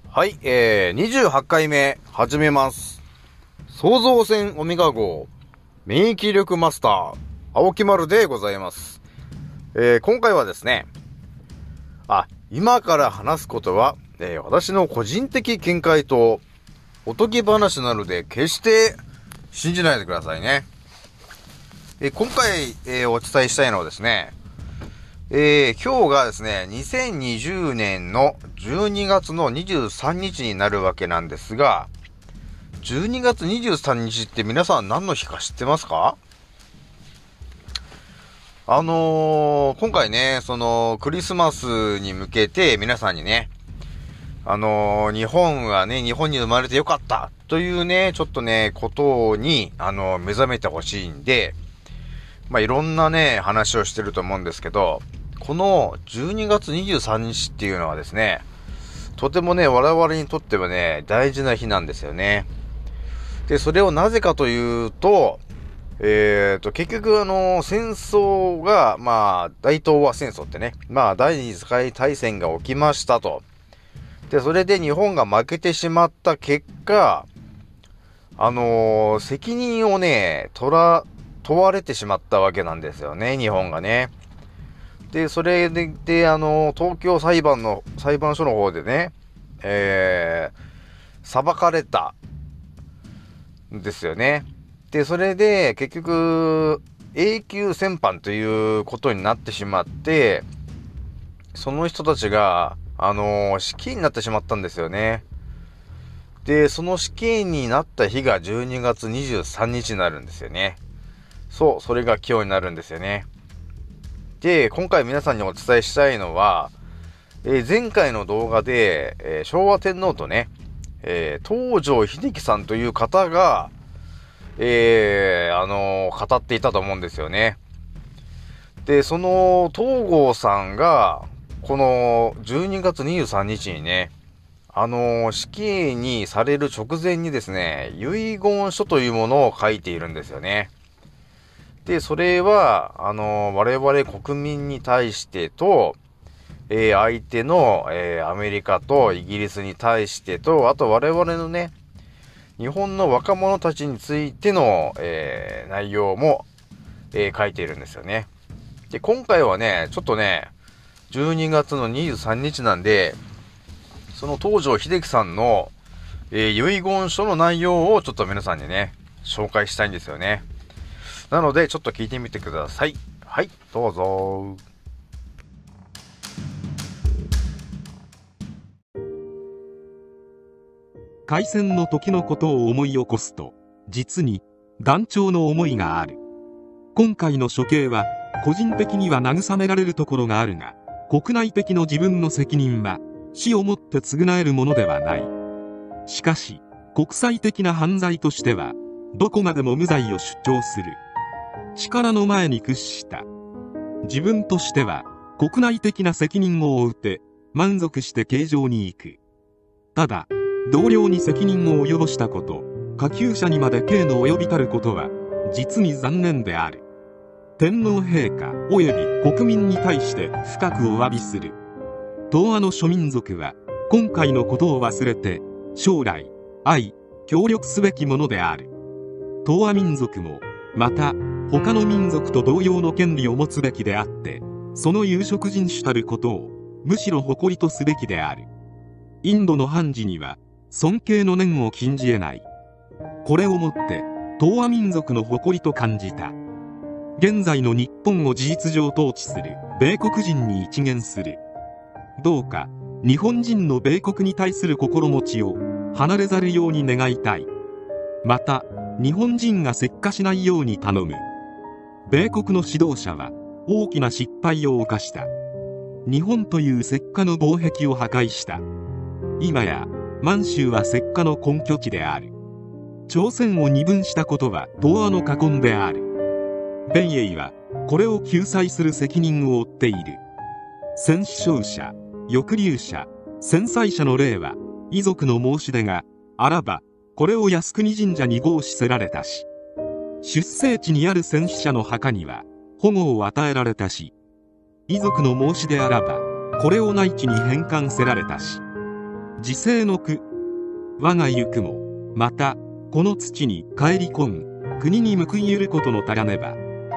はい、28回目始めます。創造船オメガ号免疫力マスター青木丸でございます。今回はですね、今から話すことは、私の個人的見解とおとぎ話なので決して信じないでくださいね。今回、お伝えしたいのはですね、今日がですね、2020年の12月の23日になるわけなんですが、12月23日って皆さん何の日か知ってますか？今回ね、クリスマスに向けて皆さんにね、日本に生まれてよかったというね、ちょっとね、ことに、目覚めてほしいんで、いろんなね、話をしてると思うんですけど、この12月23日っていうのはですね、とてもね、我々にとってはね、大事な日なんですよね。で、それをなぜかというと、結局戦争が、大東亜戦争ってね、第二次世界大戦が起きましたと。で、それで日本が負けてしまった結果、責任をね、問われてしまったわけなんですよね、日本がね。で、それで、東京裁判所の方でね、裁かれたんですよね。で、それで、結局、永久戦犯ということになってしまって、その人たちが、死刑になってしまったんですよね。で、その死刑になった日が12月23日になるんですよね。そう、それが今日になるんですよね。で、今回皆さんにお伝えしたいのは、前回の動画で、昭和天皇とね、東条英機さんという方が、語っていたと思うんですよね。で、その東郷さんが、この12月23日にね、死刑にされる直前にですね、遺言書というものを書いているんですよね。で、それは、我々国民に対してと、相手の、アメリカとイギリスに対してと、あと我々のね、日本の若者たちについての、内容も、書いているんですよね。で、今回はね、ちょっとね、12月の23日なんで、その東條英機さんの、遺言書の内容をちょっと皆さんにね、紹介したいんですよね。なので、ちょっと聞いてみてください。はい、どうぞ。 開戦の時のことを思い起こすと、実に断腸の思いがある。今回の処刑は、個人的には慰められるところがあるが、国内的の自分の責任は、死をもって償えるものではない。しかし、国際的な犯罪としては、どこまでも無罪を主張する。力の前に屈した。自分としては国内的な責任を負うて満足して刑場に行く。ただ同僚に責任を及ぼしたこと、下級者にまで刑の及びたることは実に残念である。天皇陛下及び国民に対して深くお詫びする。東亜の諸民族は今回のことを忘れて将来協力すべきものである。東亜民族もまた他の民族と同様の権利を持つべきであって、その有色人種たることをむしろ誇りとすべきである。インドの判事には尊敬の念を禁じ得ない。これをもって東亜民族の誇りと感じた。現在の日本を事実上統治する米国人に一言する。どうか日本人の米国に対する心持ちを離れざるように願いたい。また日本人が石化しないように頼む。米国の指導者は大きな失敗を犯した。日本という石化の防壁を破壊した。今や満州は石化の根拠地である。朝鮮を二分したことは東亜の禍根である。米英はこれを救済する責任を負っている。戦死傷者、抑留者、戦災者の例は遺族の申し出があらばこれを靖国神社に合祀せられたし、出生地にある戦死者の墓には保護を与えられたし、遺族の申し出あらばこれを内地に返還せられたし、 時世の句。我が行くもまたこの土に帰り込む、国に報いゆることの足らねば。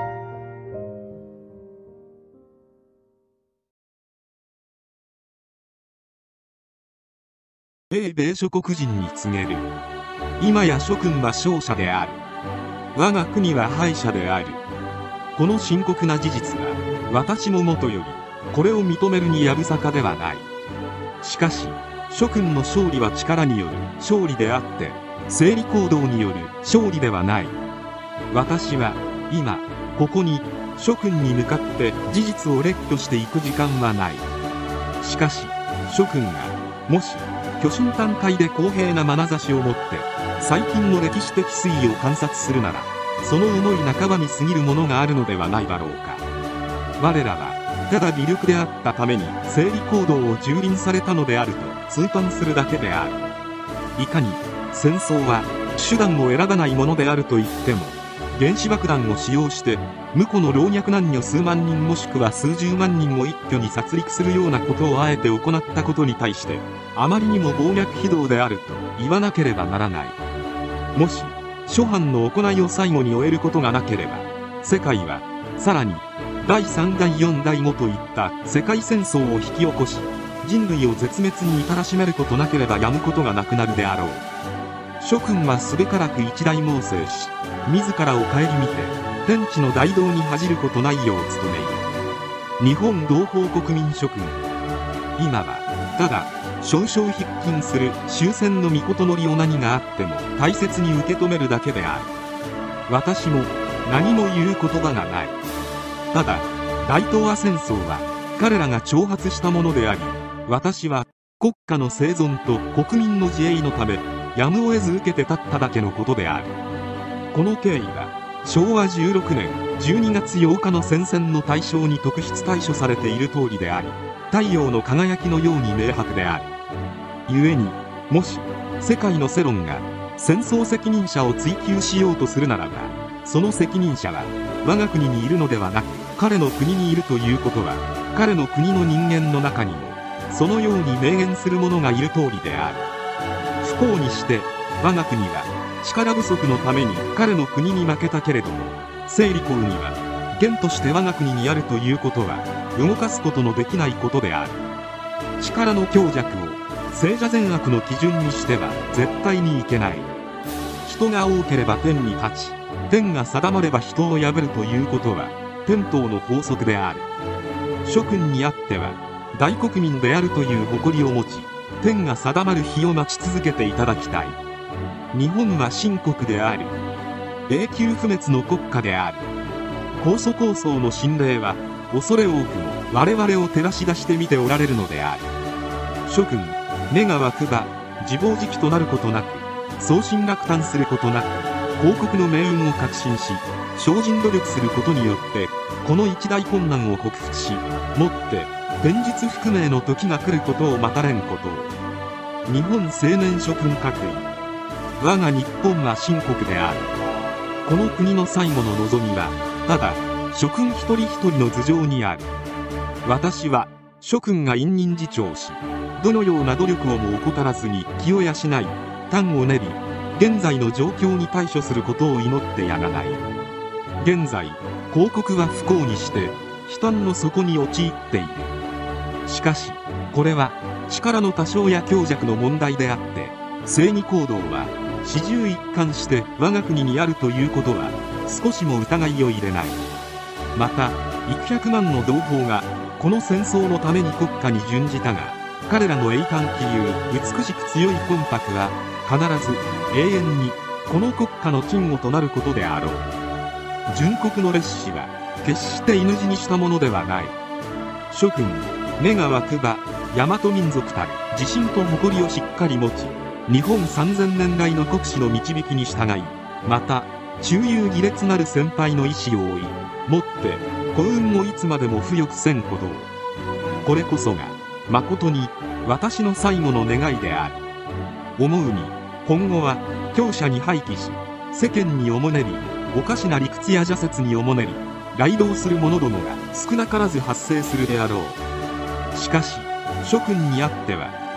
米諸国人に告げる。今や諸君は勝者である。我が国は敗者である。この深刻な事実は私ももとよりこれを認めるにやぶさかではない。しかし諸君の勝利は力による勝利であって正理行動による勝利ではない。私は今ここに諸君に向かって事実を列挙していく時間はない。しかし諸君がもし巨神短快で公平な眼差しを持って最近の歴史的推移を観察するなら、その思い半ばに過ぎるものがあるのではないだろうか。我らはただ微力であったために正理行動を蹂躙されたのであると痛嘆するだけである。いかに戦争は手段を選ばないものであると言っても、原子爆弾を使用して無辜の老若男女数万人もしくは数十万人を一挙に殺戮するようなことをあえて行ったことに対してあまりにも暴虐非道であると言わなければならない。もし諸般の行いを最後に終えることがなければ、世界はさらに第3第4第5といった世界戦争を引き起こし、人類を絶滅に至らしめることなければやむことがなくなるであろう。諸君はすべからく一大猛省し、自らを顧みて天地の大道に恥じることないよう努めい。日本同胞国民諸君、今はただ少々筆金する終戦の御の利を何があっても大切に受け止めるだけである。私も何も言う言葉がない。ただ大東亜戦争は彼らが挑発したものであり、私は国家の生存と国民の自衛のためやむを得ず受けて立っただけのことである。この経緯は昭和16年12月8日の戦線の対象に特筆対処されている通りであり、太陽の輝きのように明白である。故にもし世界の世論が戦争責任者を追及しようとするならば、その責任者は我が国にいるのではなく彼の国にいるということは、彼の国の人間の中にもそのように明言する者がいる通りである。不幸にして我が国は力不足のために彼の国に負けたけれども、正理公には元として我が国にあるということは動かすことのできないことである。力の強弱を聖者善悪の基準にしては絶対にいけない。人が多ければ天に立ち、天が定まれば人を破るということは天道の法則である。諸君にあっては大国民であるという誇りを持ち、天が定まる日を待ち続けていただきたい。日本は神国である。永久不滅の国家である。高祖高僧の神霊は恐れ多くも我々を照らし出してみておられるのである。諸君、目が湧くば自暴自棄となることなく、送信落胆することなく、広告の命運を確信し、精進努力することによってこの一大困難を克服し、もって天日不明の時が来ることを待たれんことを。日本青年諸君各位、我が日本は神国である。この国の最後の望みはただ諸君一人一人の頭上にある。私は諸君が隠忍自重し、どのような努力をも怠らずに気を養い端を練り、現在の状況に対処することを祈ってやまない。現在広告は不幸にして悲嘆の底に陥っている。しかしこれは力の多少や強弱の問題であって、正義行動は始終一貫して我が国にあるということは少しも疑いを入れない。また幾百万の同胞がこの戦争のために国家に準じたが、彼らの栄冠気流美しく強い魂魄は必ず永遠にこの国家の鎮護となることであろう。純国の烈士は決して犬死にしたものではない。諸君、目が湧くば大和民族たる自信と誇りをしっかり持ち、日本3000年来の国士の導きに従い、また忠勇義烈なる先輩の意志を追い、もって幸運をいつまでも不欲せんことを。これこそが誠に私の最後の願いである。思うに今後は強者に廃棄し、世間におもねりおかしな理屈や邪説におもねり雷動する者どもが少なからず発生するであろう。しかし諸君にあっては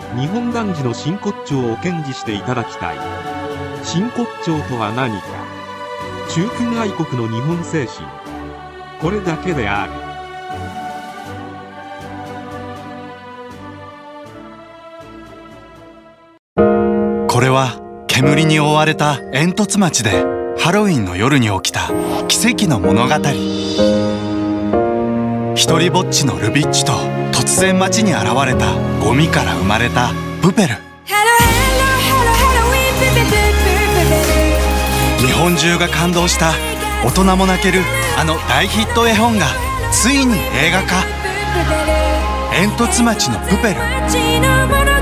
日本男児の真骨頂を堅持していただきたい。真骨頂とは何か。中華愛国の日本精神、これだけである。 これは煙に覆われた煙突町でハロウィンの夜に起きた奇跡の物語。一人ぼっちのルビッチと突然街に現れたゴミから生まれたプペル。日本中が感動した大人も泣けるあの大ヒット絵本がついに映画化。煙突町のプペル。